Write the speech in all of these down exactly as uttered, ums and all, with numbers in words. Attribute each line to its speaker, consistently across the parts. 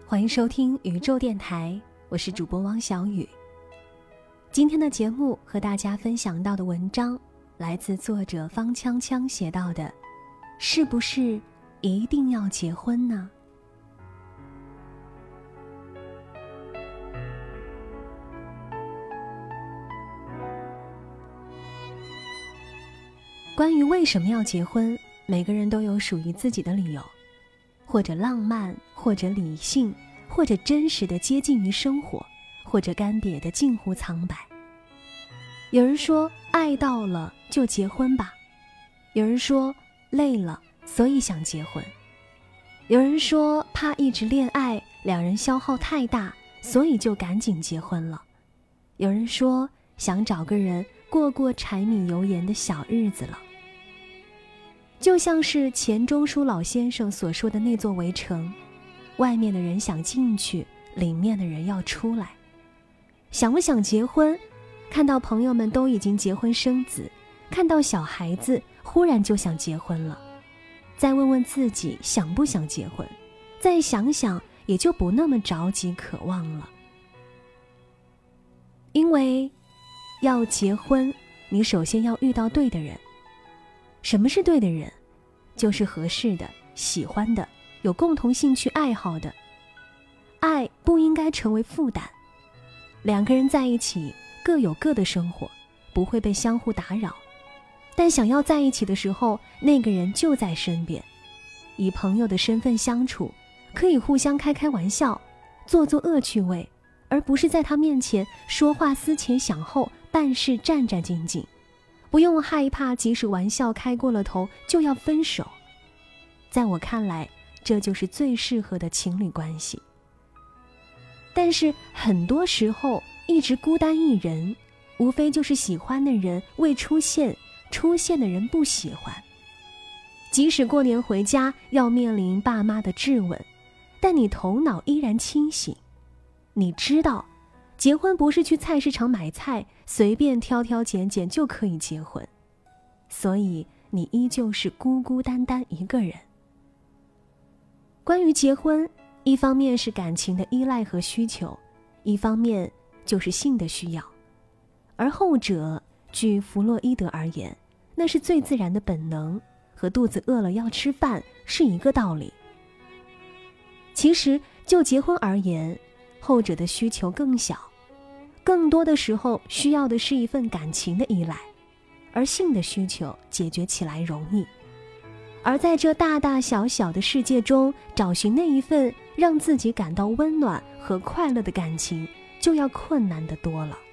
Speaker 1: 欢迎收听宇宙电台，我是主播汪小雨。今天的节目和大家分享到的文章来自作者方锵锵写到的，是不是一定要结婚呢？关于为什么要结婚，每个人都有属于自己的理由，或者浪漫，或者理性，或者真实的接近于生活，或者干瘪的近乎苍白。有人说爱到了就结婚吧，有人说累了所以想结婚，有人说怕一直恋爱两人消耗太大，所以就赶紧结婚了，有人说想找个人过过柴米油盐的小日子了。就像是钱钟书老先生所说的那座围城，外面的人想进去，里面的人要出来。想不想结婚，看到朋友们都已经结婚生子，看到小孩子忽然就想结婚了，再问问自己想不想结婚，再想想也就不那么着急渴望了。因为要结婚，你首先要遇到对的人。什么是对的人？就是合适的、喜欢的、有共同兴趣爱好的。爱不应该成为负担。两个人在一起各有各的生活，不会被相互打扰，但想要在一起的时候，那个人就在身边，以朋友的身份相处，可以互相开开玩笑，做做恶趣味，而不是在他面前说话思前想后，办事战战兢兢，不用害怕即使玩笑开过了头就要分手。在我看来，这就是最适合的情侣关系。但是很多时候一直孤单一人，无非就是喜欢的人未出现，出现的人不喜欢。即使过年回家要面临爸妈的质问，但你头脑依然清醒，你知道结婚不是去菜市场买菜随便挑挑拣拣就可以结婚，所以你依旧是孤孤单单一个人。关于结婚，一方面是感情的依赖和需求，一方面就是性的需要，而后者据弗洛伊德而言，那是最自然的本能，和肚子饿了要吃饭是一个道理。其实就结婚而言，后者的需求更小，更多的时候需要的是一份感情的依赖，而性的需求解决起来容易。而在这大大小小的世界中，找寻那一份让自己感到温暖和快乐的感情，就要困难得多了。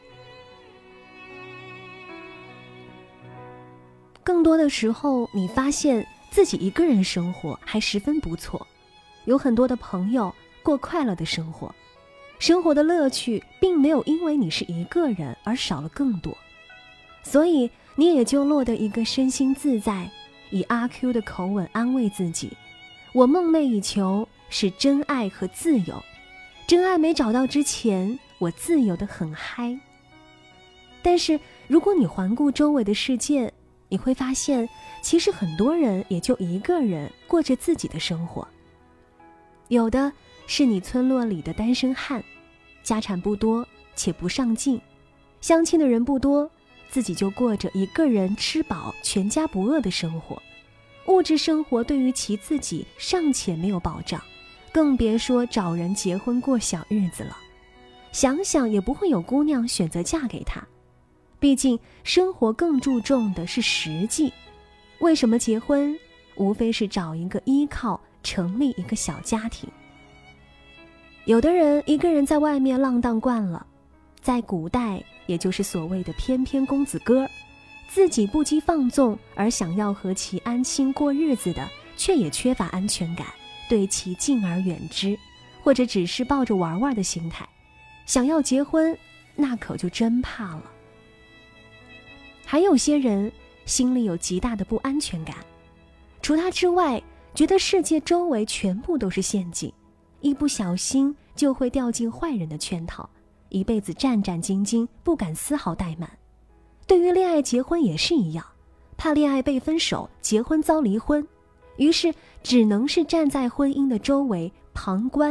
Speaker 1: 更多的时候，你发现自己一个人生活还十分不错，有很多的朋友，过快乐的生活，生活的乐趣并没有因为你是一个人而少了更多，所以你也就落得一个身心自在，以阿 Q 的口吻安慰自己，我梦寐以求是真爱和自由，真爱没找到之前，我自由得很嗨。但是如果你环顾周围的世界，你会发现其实很多人也就一个人过着自己的生活。有的是你村落里的单身汉，家产不多且不上进，相亲的人不多，自己就过着一个人吃饱全家不饿的生活，物质生活对于其自己尚且没有保障，更别说找人结婚过小日子了。想想也不会有姑娘选择嫁给他，毕竟生活更注重的是实际。为什么结婚？无非是找一个依靠，成立一个小家庭。有的人一个人在外面浪荡惯了，在古代也就是所谓的翩翩公子哥，自己不羁放纵，而想要和其安心过日子的，却也缺乏安全感，对其敬而远之，或者只是抱着玩玩的心态。想要结婚，那可就真怕了。还有些人心里有极大的不安全感，除他之外，觉得世界周围全部都是陷阱，一不小心就会掉进坏人的圈套，一辈子战战兢兢，不敢丝毫怠慢。对于恋爱结婚也是一样，怕恋爱被分手，结婚遭离婚，于是只能是站在婚姻的周围旁观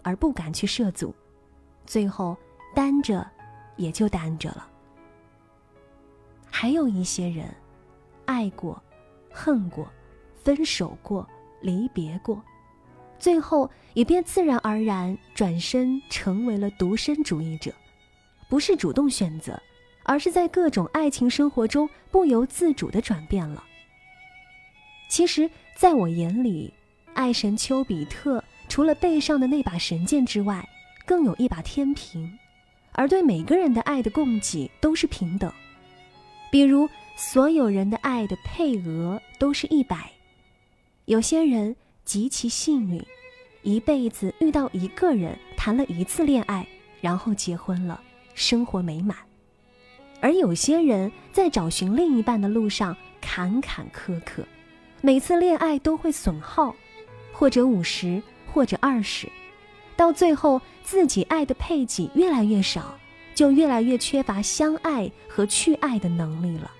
Speaker 1: 而不敢去涉足，最后单着也就单着了。还有一些人，爱过、恨过、分手过、离别过，最后也便自然而然转身成为了独身主义者，不是主动选择，而是在各种爱情生活中不由自主地转变了。其实在我眼里，爱神丘比特除了背上的那把神剑之外，更有一把天平，而对每个人的爱的供给都是平等。比如所有人的爱的配额都是一百，有些人极其幸运，一辈子遇到一个人，谈了一次恋爱，然后结婚了，生活美满。而有些人在找寻另一半的路上坎坎坷坷，每次恋爱都会损耗，或者五十，或者二十，到最后自己爱的配给越来越少，就越来越缺乏相爱和去爱的能力了。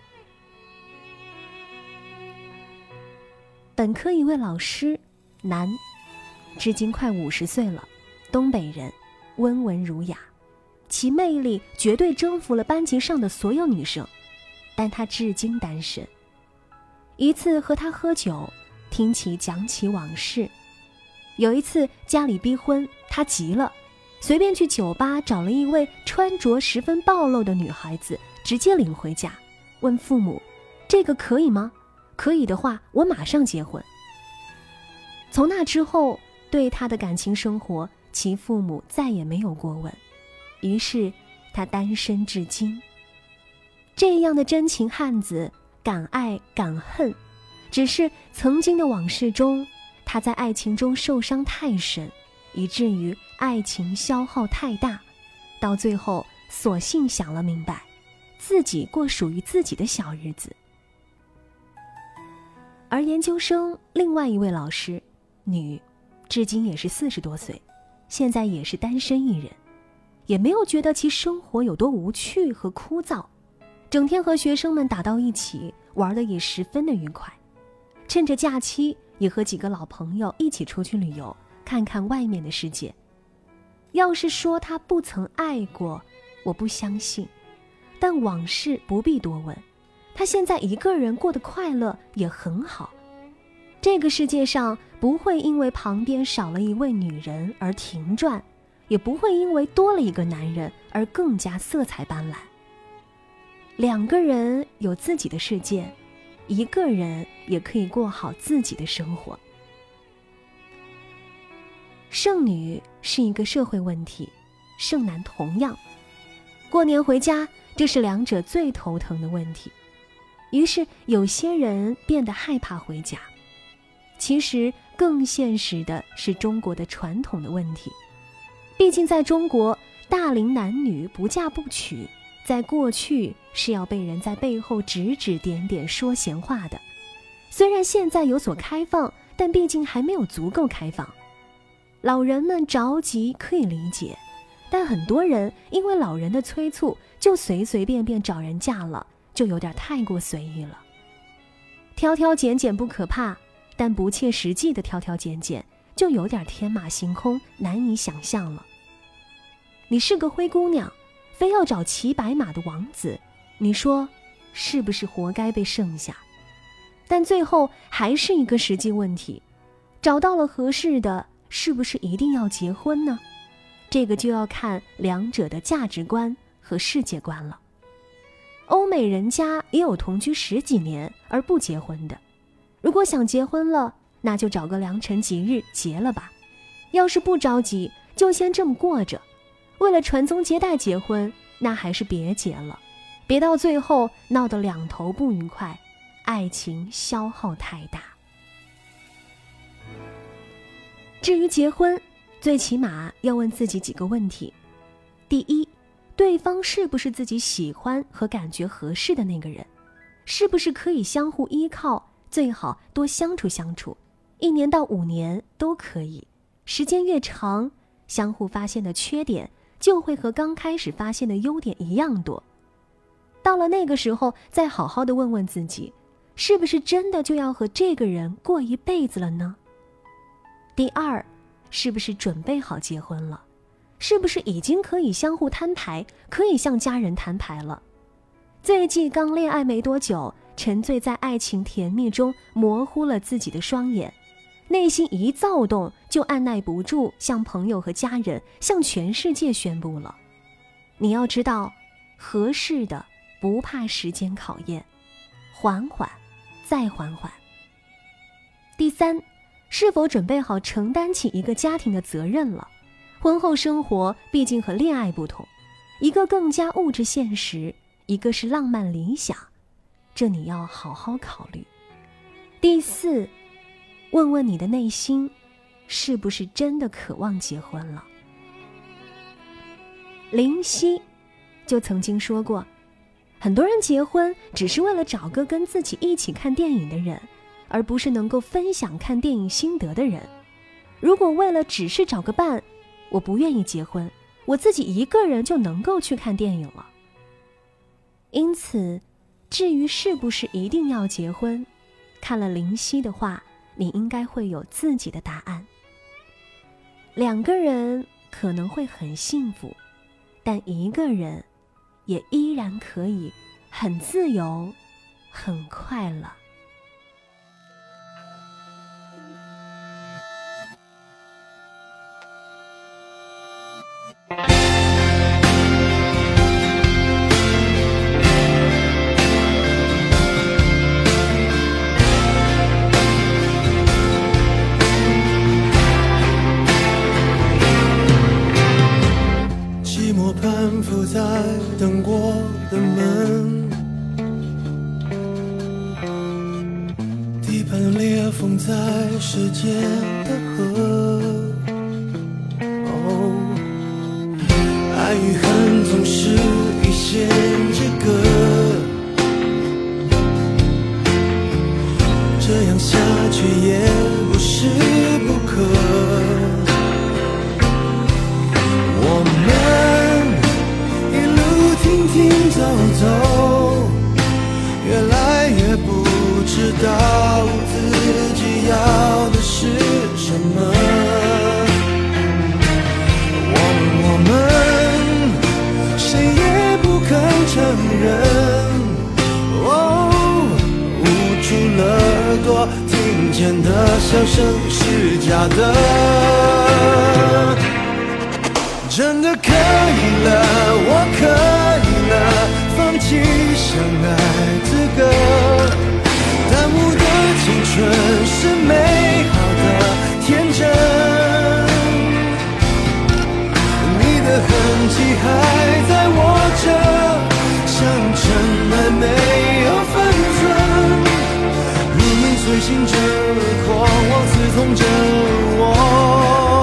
Speaker 1: 本科一位老师，男，至今快五十岁了，东北人，温文儒雅，其魅力绝对征服了班级上的所有女生，但他至今单身。一次和他喝酒，听其讲起往事。有一次家里逼婚，他急了，随便去酒吧找了一位穿着十分暴露的女孩子，直接领回家，问父母：“这个可以吗？可以的话，我马上结婚。”从那之后，对他的感情生活，其父母再也没有过问，于是他单身至今。这样的真情汉子，敢爱敢恨，只是曾经的往事中，他在爱情中受伤太深，以至于爱情消耗太大，到最后索性想了明白，自己过属于自己的小日子。而研究生另外一位老师，女，至今也是四十多岁，现在也是单身一人，也没有觉得其生活有多无趣和枯燥，整天和学生们打到一起，玩得也十分的愉快，趁着假期也和几个老朋友一起出去旅游，看看外面的世界。要是说他不曾爱过，我不相信，但往事不必多问，他现在一个人过得快乐也很好。这个世界上不会因为旁边少了一位女人而停转，也不会因为多了一个男人而更加色彩斑斓。两个人有自己的世界，一个人也可以过好自己的生活。剩女是一个社会问题，剩男同样。过年回家，这是两者最头疼的问题。于是有些人变得害怕回家。其实更现实的是中国的传统的问题。毕竟在中国，大龄男女不嫁不娶，在过去是要被人在背后指指点点说闲话的。虽然现在有所开放，但毕竟还没有足够开放。老人们着急可以理解，但很多人因为老人的催促，就随随便便找人嫁了，就有点太过随意了。挑挑拣拣不可怕，但不切实际的挑挑拣拣就有点天马行空，难以想象了。你是个灰姑娘，非要找骑白马的王子，你说是不是活该被剩下？但最后还是一个实际问题，找到了合适的，是不是一定要结婚呢？这个就要看两者的价值观和世界观了。欧美人家也有同居十几年而不结婚的，如果想结婚了，那就找个良辰吉日结了吧。要是不着急，就先这么过着。为了传宗接代结婚，那还是别结了，别到最后闹得两头不愉快，爱情消耗太大。至于结婚，最起码要问自己几个问题。第一，对方是不是自己喜欢和感觉合适的那个人？是不是可以相互依靠？最好多相处相处，一年到五年都可以。时间越长，相互发现的缺点就会和刚开始发现的优点一样多。到了那个时候，再好好的问问自己，是不是真的就要和这个人过一辈子了呢？第二， 是不是准备好结婚了？是不是已经可以相互摊牌，可以向家人摊牌了？最忌刚恋爱没多久，沉醉在爱情甜蜜中，模糊了自己的双眼，内心一躁动就按耐不住，向朋友和家人，向全世界宣布了。你要知道，合适的不怕时间考验，缓缓再缓缓。第三，是否准备好承担起一个家庭的责任了？婚后生活毕竟和恋爱不同，一个更加物质现实，一个是浪漫理想，这你要好好考虑。第四，问问你的内心，是不是真的渴望结婚了？林夕就曾经说过，很多人结婚只是为了找个跟自己一起看电影的人，而不是能够分享看电影心得的人。如果为了只是找个伴，我不愿意结婚，我自己一个人就能够去看电影了。因此，至于是不是一定要结婚，看了林夕的话，你应该会有自己的答案。两个人可能会很幸福，但一个人也依然可以很自由，很快乐。
Speaker 2: 攀附在等过的门，地板裂缝在时间的河。哦，爱与恨总是一线之隔，这样下去也不是不可。我们停停走走，越来越不知道自己要的是什么。我我们谁也不肯承认，哦，捂住了耳朵，听见的笑声是假的。真的可以了，我可以了，放弃相爱资格。耽误的青春是美好的天真，你的痕迹还在握着，像尘埃没有分寸。如影随形着，狂妄刺痛着我。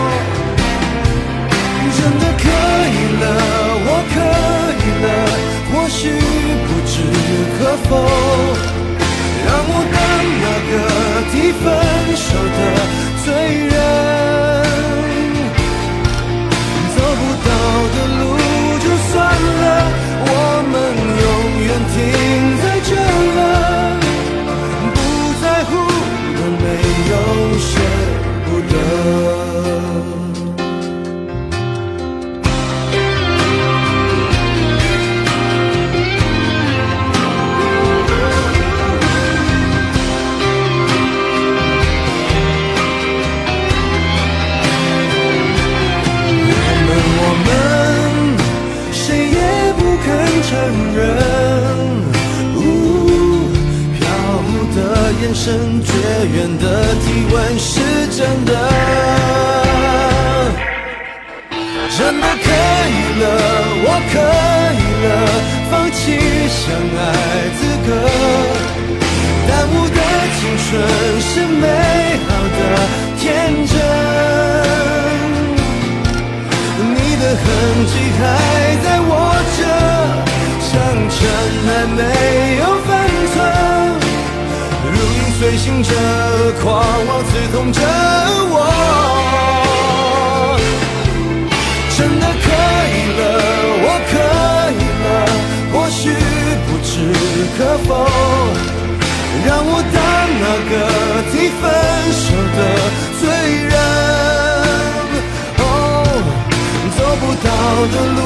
Speaker 2: 真的可以了，我可以了，或许不知可否，让我当那个提分手的罪人。走不到的路就算了，我们永远停在这了，不在乎的没有舍不得。承认，呜，飘忽的眼神，绝缘的体温是真的。真的可以了，我可以了，放弃相爱资格。耽误的青春是美好的天真，你的痕迹还在握着，像尘埃没有分寸，如影随形着，狂妄刺痛着我。真的可以了，我可以了，或许不知可否，让我当那个提分手的罪人。 的路